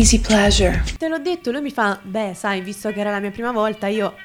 easy pleasure. Te l'ho detto, lui mi fa, beh, sai, visto che era la mia prima volta, io,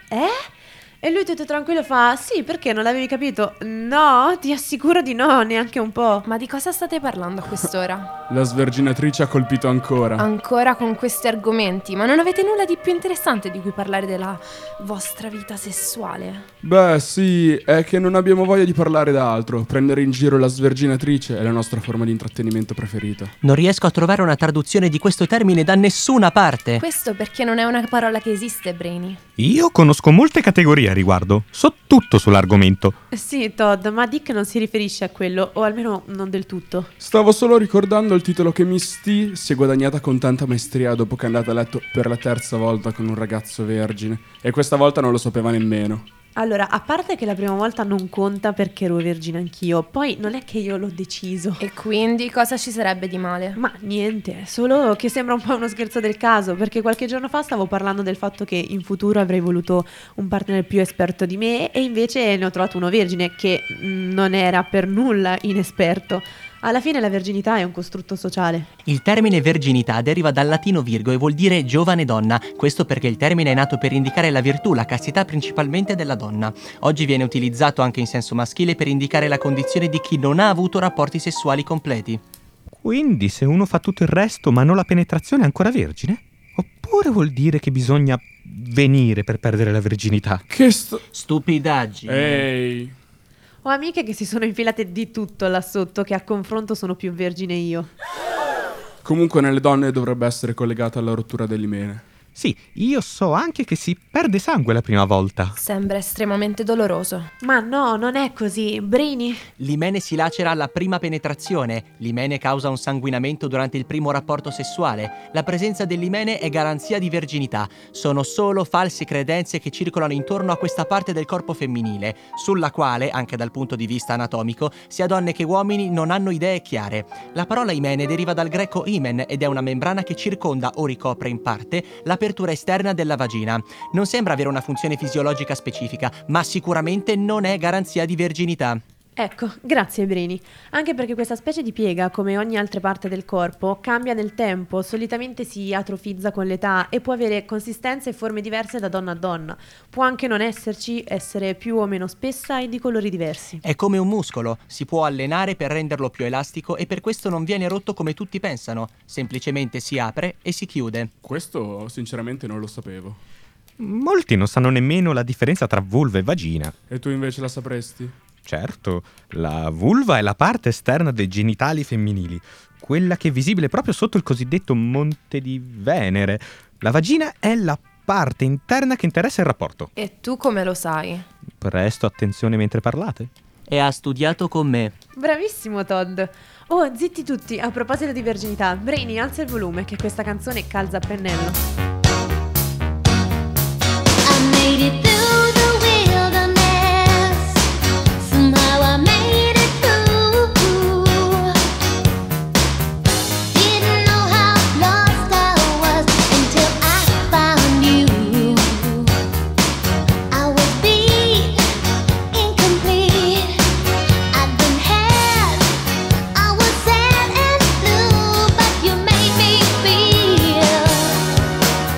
E lui tutto tranquillo fa, sì, perché non l'avevi capito? No, ti assicuro di no, neanche un po'. Ma di cosa state parlando a quest'ora? La sverginatrice ha colpito ancora. Ancora con questi argomenti? Ma non avete nulla di più interessante di cui parlare della vostra vita sessuale? Beh, sì, è che non abbiamo voglia di parlare d'altro. Prendere in giro la sverginatrice è la nostra forma di intrattenimento preferita. Non riesco a trovare una traduzione di questo termine da nessuna parte. Questo perché non è una parola che esiste, Brainy. Io conosco molte categorie a riguardo, so tutto sull'argomento. Sì, Todd, ma Dick non si riferisce a quello, o almeno non del tutto. Stavo solo ricordando il titolo che Miss T si è guadagnata con tanta maestria dopo che è andata a letto per la terza volta con un ragazzo vergine. E questa volta non lo sapeva nemmeno. Allora, a parte che la prima volta non conta perché ero vergine anch'io, poi non è che io l'ho deciso. E quindi cosa ci sarebbe di male? Ma niente, solo che sembra un po' uno scherzo del caso, perché qualche giorno fa stavo parlando del fatto che in futuro avrei voluto un partner più esperto di me e invece ne ho trovato uno vergine che non era per nulla inesperto. Alla fine la verginità è un costrutto sociale. Il termine verginità deriva dal latino virgo e vuol dire giovane donna. Questo perché il termine è nato per indicare la virtù, la castità principalmente della donna. Oggi viene utilizzato anche in senso maschile per indicare la condizione di chi non ha avuto rapporti sessuali completi. Quindi se uno fa tutto il resto ma non la penetrazione è ancora vergine? Oppure vuol dire che bisogna venire per perdere la verginità? Stupidaggine. Ehi. Ho amiche che si sono infilate di tutto là sotto, che a confronto sono più vergine io. Comunque nelle donne dovrebbe essere collegata alla rottura dell'imene. Sì, io so anche che si perde sangue la prima volta. Sembra estremamente doloroso. Ma no, non è così, Brainy. L'imene si lacera alla prima penetrazione. L'imene causa un sanguinamento durante il primo rapporto sessuale. La presenza dell'imene è garanzia di verginità. Sono solo false credenze che circolano intorno a questa parte del corpo femminile, sulla quale, anche dal punto di vista anatomico, sia donne che uomini non hanno idee chiare. La parola imene deriva dal greco imen ed è una membrana che circonda o ricopre in parte l'apertura esterna della vagina. Non sembra avere una funzione fisiologica specifica, ma sicuramente non è garanzia di verginità. Ecco, grazie Brainy. Anche perché questa specie di piega, come ogni altra parte del corpo, cambia nel tempo, solitamente si atrofizza con l'età e può avere consistenze e forme diverse da donna a donna. Può anche non esserci, essere più o meno spessa e di colori diversi. È come un muscolo, si può allenare per renderlo più elastico e per questo non viene rotto come tutti pensano. Semplicemente si apre e si chiude. Questo sinceramente non lo sapevo. Molti non sanno nemmeno la differenza tra vulva e vagina. E tu invece la sapresti? Certo, la vulva è la parte esterna dei genitali femminili, quella che è visibile proprio sotto il cosiddetto Monte di Venere. La vagina è la parte interna che interessa il rapporto. E tu come lo sai? Presto attenzione mentre parlate. E ha studiato con me. Bravissimo Todd. Oh, zitti tutti, a proposito di verginità, Brainy, alza il volume che questa canzone calza a pennello. I made it through the wilderness. Somehow I made it through. Didn't know how lost I was until I found you. I was beat, incomplete. I'd been had. I was sad and blue, but you made me feel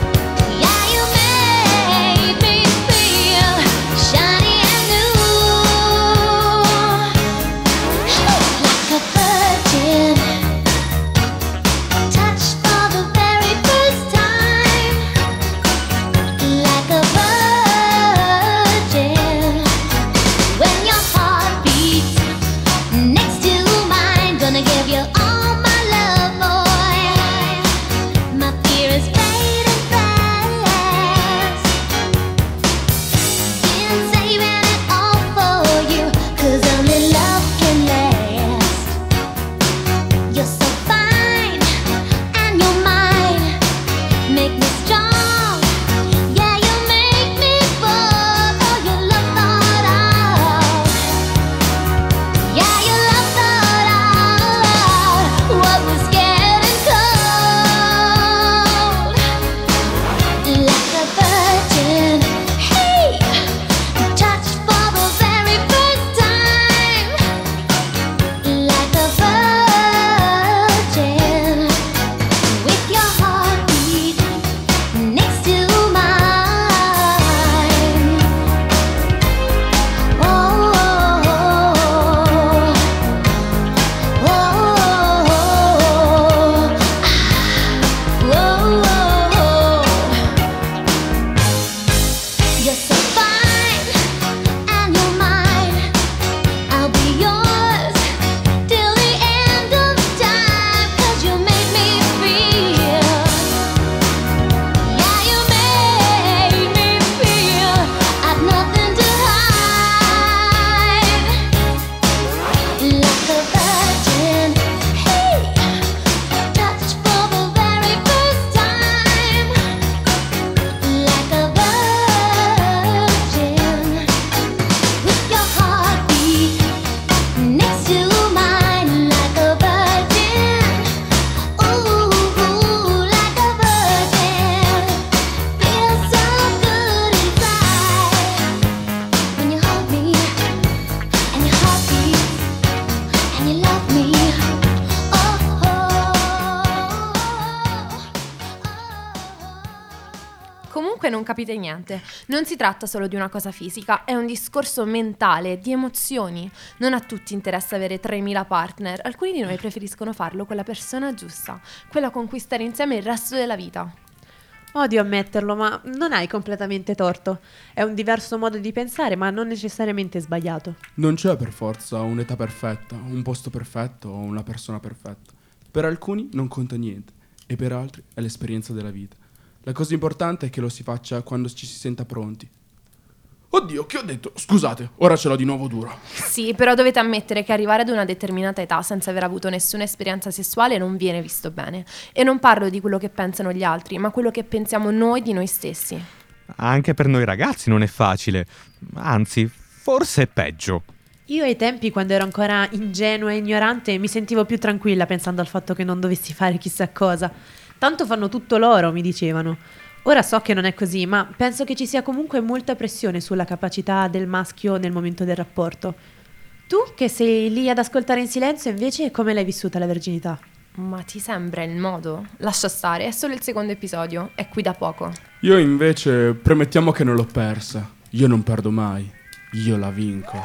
Comunque non capite niente. Non si tratta solo di una cosa fisica, è un discorso mentale, di emozioni. Non a tutti interessa avere 3000 partner. Alcuni di noi preferiscono farlo con la persona giusta, quella con cui stare insieme il resto della vita. Odio ammetterlo, ma non hai completamente torto. È un diverso modo di pensare, ma non necessariamente sbagliato. Non c'è per forza un'età perfetta, un posto perfetto o una persona perfetta. Per alcuni non conta niente e per altri è l'esperienza della vita. La cosa importante è che lo si faccia quando ci si senta pronti. Oddio, che ho detto? Scusate, ora ce l'ho di nuovo duro. Sì, però dovete ammettere che arrivare ad una determinata età senza aver avuto nessuna esperienza sessuale non viene visto bene. E non parlo di quello che pensano gli altri, ma quello che pensiamo noi di noi stessi. Anche per noi ragazzi non è facile. Anzi, forse è peggio. Io ai tempi, quando ero ancora ingenua e ignorante, mi sentivo più tranquilla pensando al fatto che non dovessi fare chissà cosa. Tanto fanno tutto loro, mi dicevano. Ora so che non è così, ma penso che ci sia comunque molta pressione sulla capacità del maschio nel momento del rapporto. Tu, che sei lì ad ascoltare in silenzio, invece, come l'hai vissuta la verginità? Ma ti sembra il modo? Lascia stare, è solo il secondo episodio, è qui da poco. Io invece, premettiamo che non l'ho persa. Io non perdo mai. Io la vinco.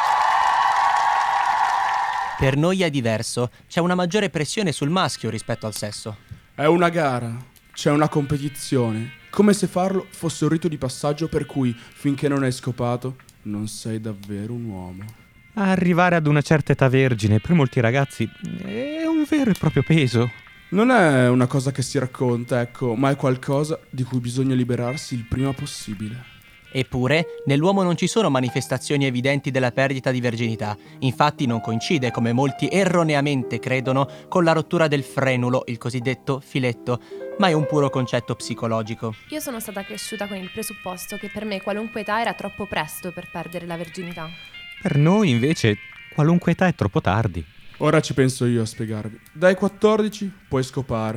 Per noi è diverso, c'è una maggiore pressione sul maschio rispetto al sesso. È una gara. C'è una competizione, come se farlo fosse un rito di passaggio per cui, finché non hai scopato, non sei davvero un uomo. Arrivare ad una certa età vergine per molti ragazzi è un vero e proprio peso. Non è una cosa che si racconta, ecco, ma è qualcosa di cui bisogna liberarsi il prima possibile. Eppure, nell'uomo non ci sono manifestazioni evidenti della perdita di verginità. Infatti non coincide, come molti erroneamente credono, con la rottura del frenulo, il cosiddetto filetto, ma è un puro concetto psicologico. Io sono stata cresciuta con il presupposto che per me qualunque età era troppo presto per perdere la verginità. Per noi, invece, qualunque età è troppo tardi. Ora ci penso io a spiegarvi. Dai 14 puoi scopare.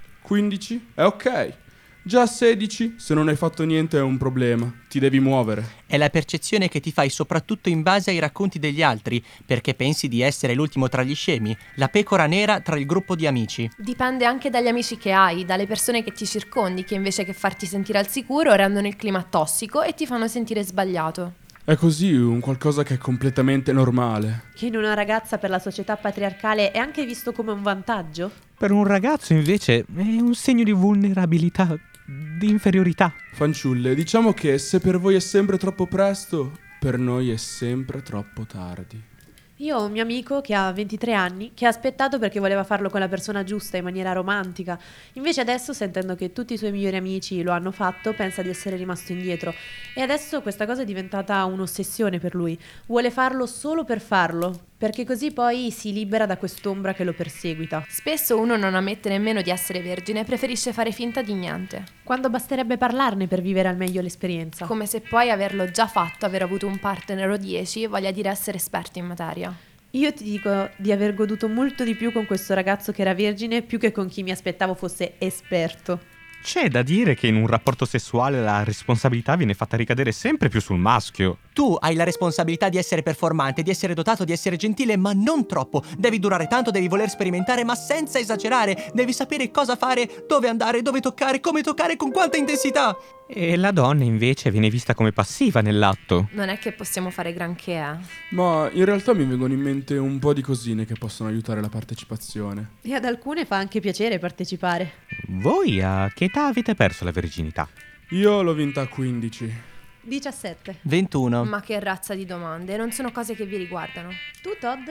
15 è ok. Già a 16, se non hai fatto niente è un problema. Ti devi muovere. È la percezione che ti fai soprattutto in base ai racconti degli altri, perché pensi di essere l'ultimo tra gli scemi, la pecora nera tra il gruppo di amici. Dipende anche dagli amici che hai, dalle persone che ti circondi, che invece che farti sentire al sicuro rendono il clima tossico e ti fanno sentire sbagliato. È così, un qualcosa che è completamente normale. Che in una ragazza per la società patriarcale è anche visto come un vantaggio? Per un ragazzo, invece, è un segno di vulnerabilità, di inferiorità. Fanciulle, diciamo che se per voi è sempre troppo presto, per noi è sempre troppo tardi. Io ho un mio amico che ha 23 anni, che ha aspettato perché voleva farlo con la persona giusta in maniera romantica. Invece adesso, sentendo che tutti i suoi migliori amici lo hanno fatto, pensa di essere rimasto indietro. E adesso questa cosa è diventata un'ossessione per lui. Vuole farlo solo per farlo, perché così poi si libera da quest'ombra che lo perseguita. Spesso uno non ammette nemmeno di essere vergine e preferisce fare finta di niente. Quando basterebbe parlarne per vivere al meglio l'esperienza. Come se poi averlo già fatto, aver avuto un partner o 10, voglia dire essere esperti in materia. Io ti dico di aver goduto molto di più con questo ragazzo che era vergine più che con chi mi aspettavo fosse esperto. C'è da dire che in un rapporto sessuale la responsabilità viene fatta ricadere sempre più sul maschio. Tu hai la responsabilità di essere performante, di essere dotato, di essere gentile, ma non troppo. Devi durare tanto, devi voler sperimentare, ma senza esagerare. Devi sapere cosa fare, dove andare, dove toccare, come toccare, con quanta intensità. E la donna invece viene vista come passiva nell'atto. Non è che possiamo fare granché, Ma in realtà mi vengono in mente un po' di cosine che possono aiutare la partecipazione. E ad alcune fa anche piacere partecipare. Voi a che età avete perso la verginità? Io l'ho vinta a 15. 17. 21. Ma che razza di domande, non sono cose che vi riguardano. Tu, Todd?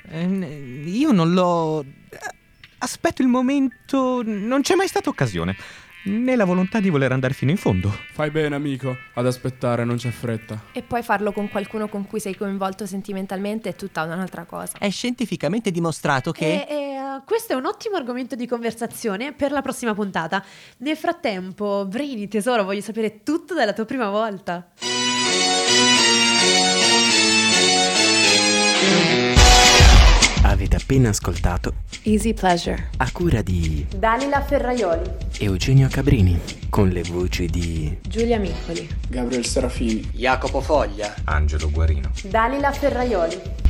Io non l'ho... Aspetto il momento... Non c'è mai stata occasione. Né la volontà di voler andare fino in fondo. Fai bene, amico, ad aspettare, non c'è fretta. E poi farlo con qualcuno con cui sei coinvolto sentimentalmente è tutta un'altra cosa. È scientificamente dimostrato che... Questo è un ottimo argomento di conversazione per la prossima puntata. Nel frattempo, Brini, tesoro, voglio sapere tutto dalla tua prima volta. Avete appena ascoltato Easy Pleasure. a cura di Dalila Ferraioli. Eugenio Cabrini, con le voci di Giulia Miccoli. Gabriel Serafini. Jacopo Foglia. Angelo Guarino. Dalila Ferraioli.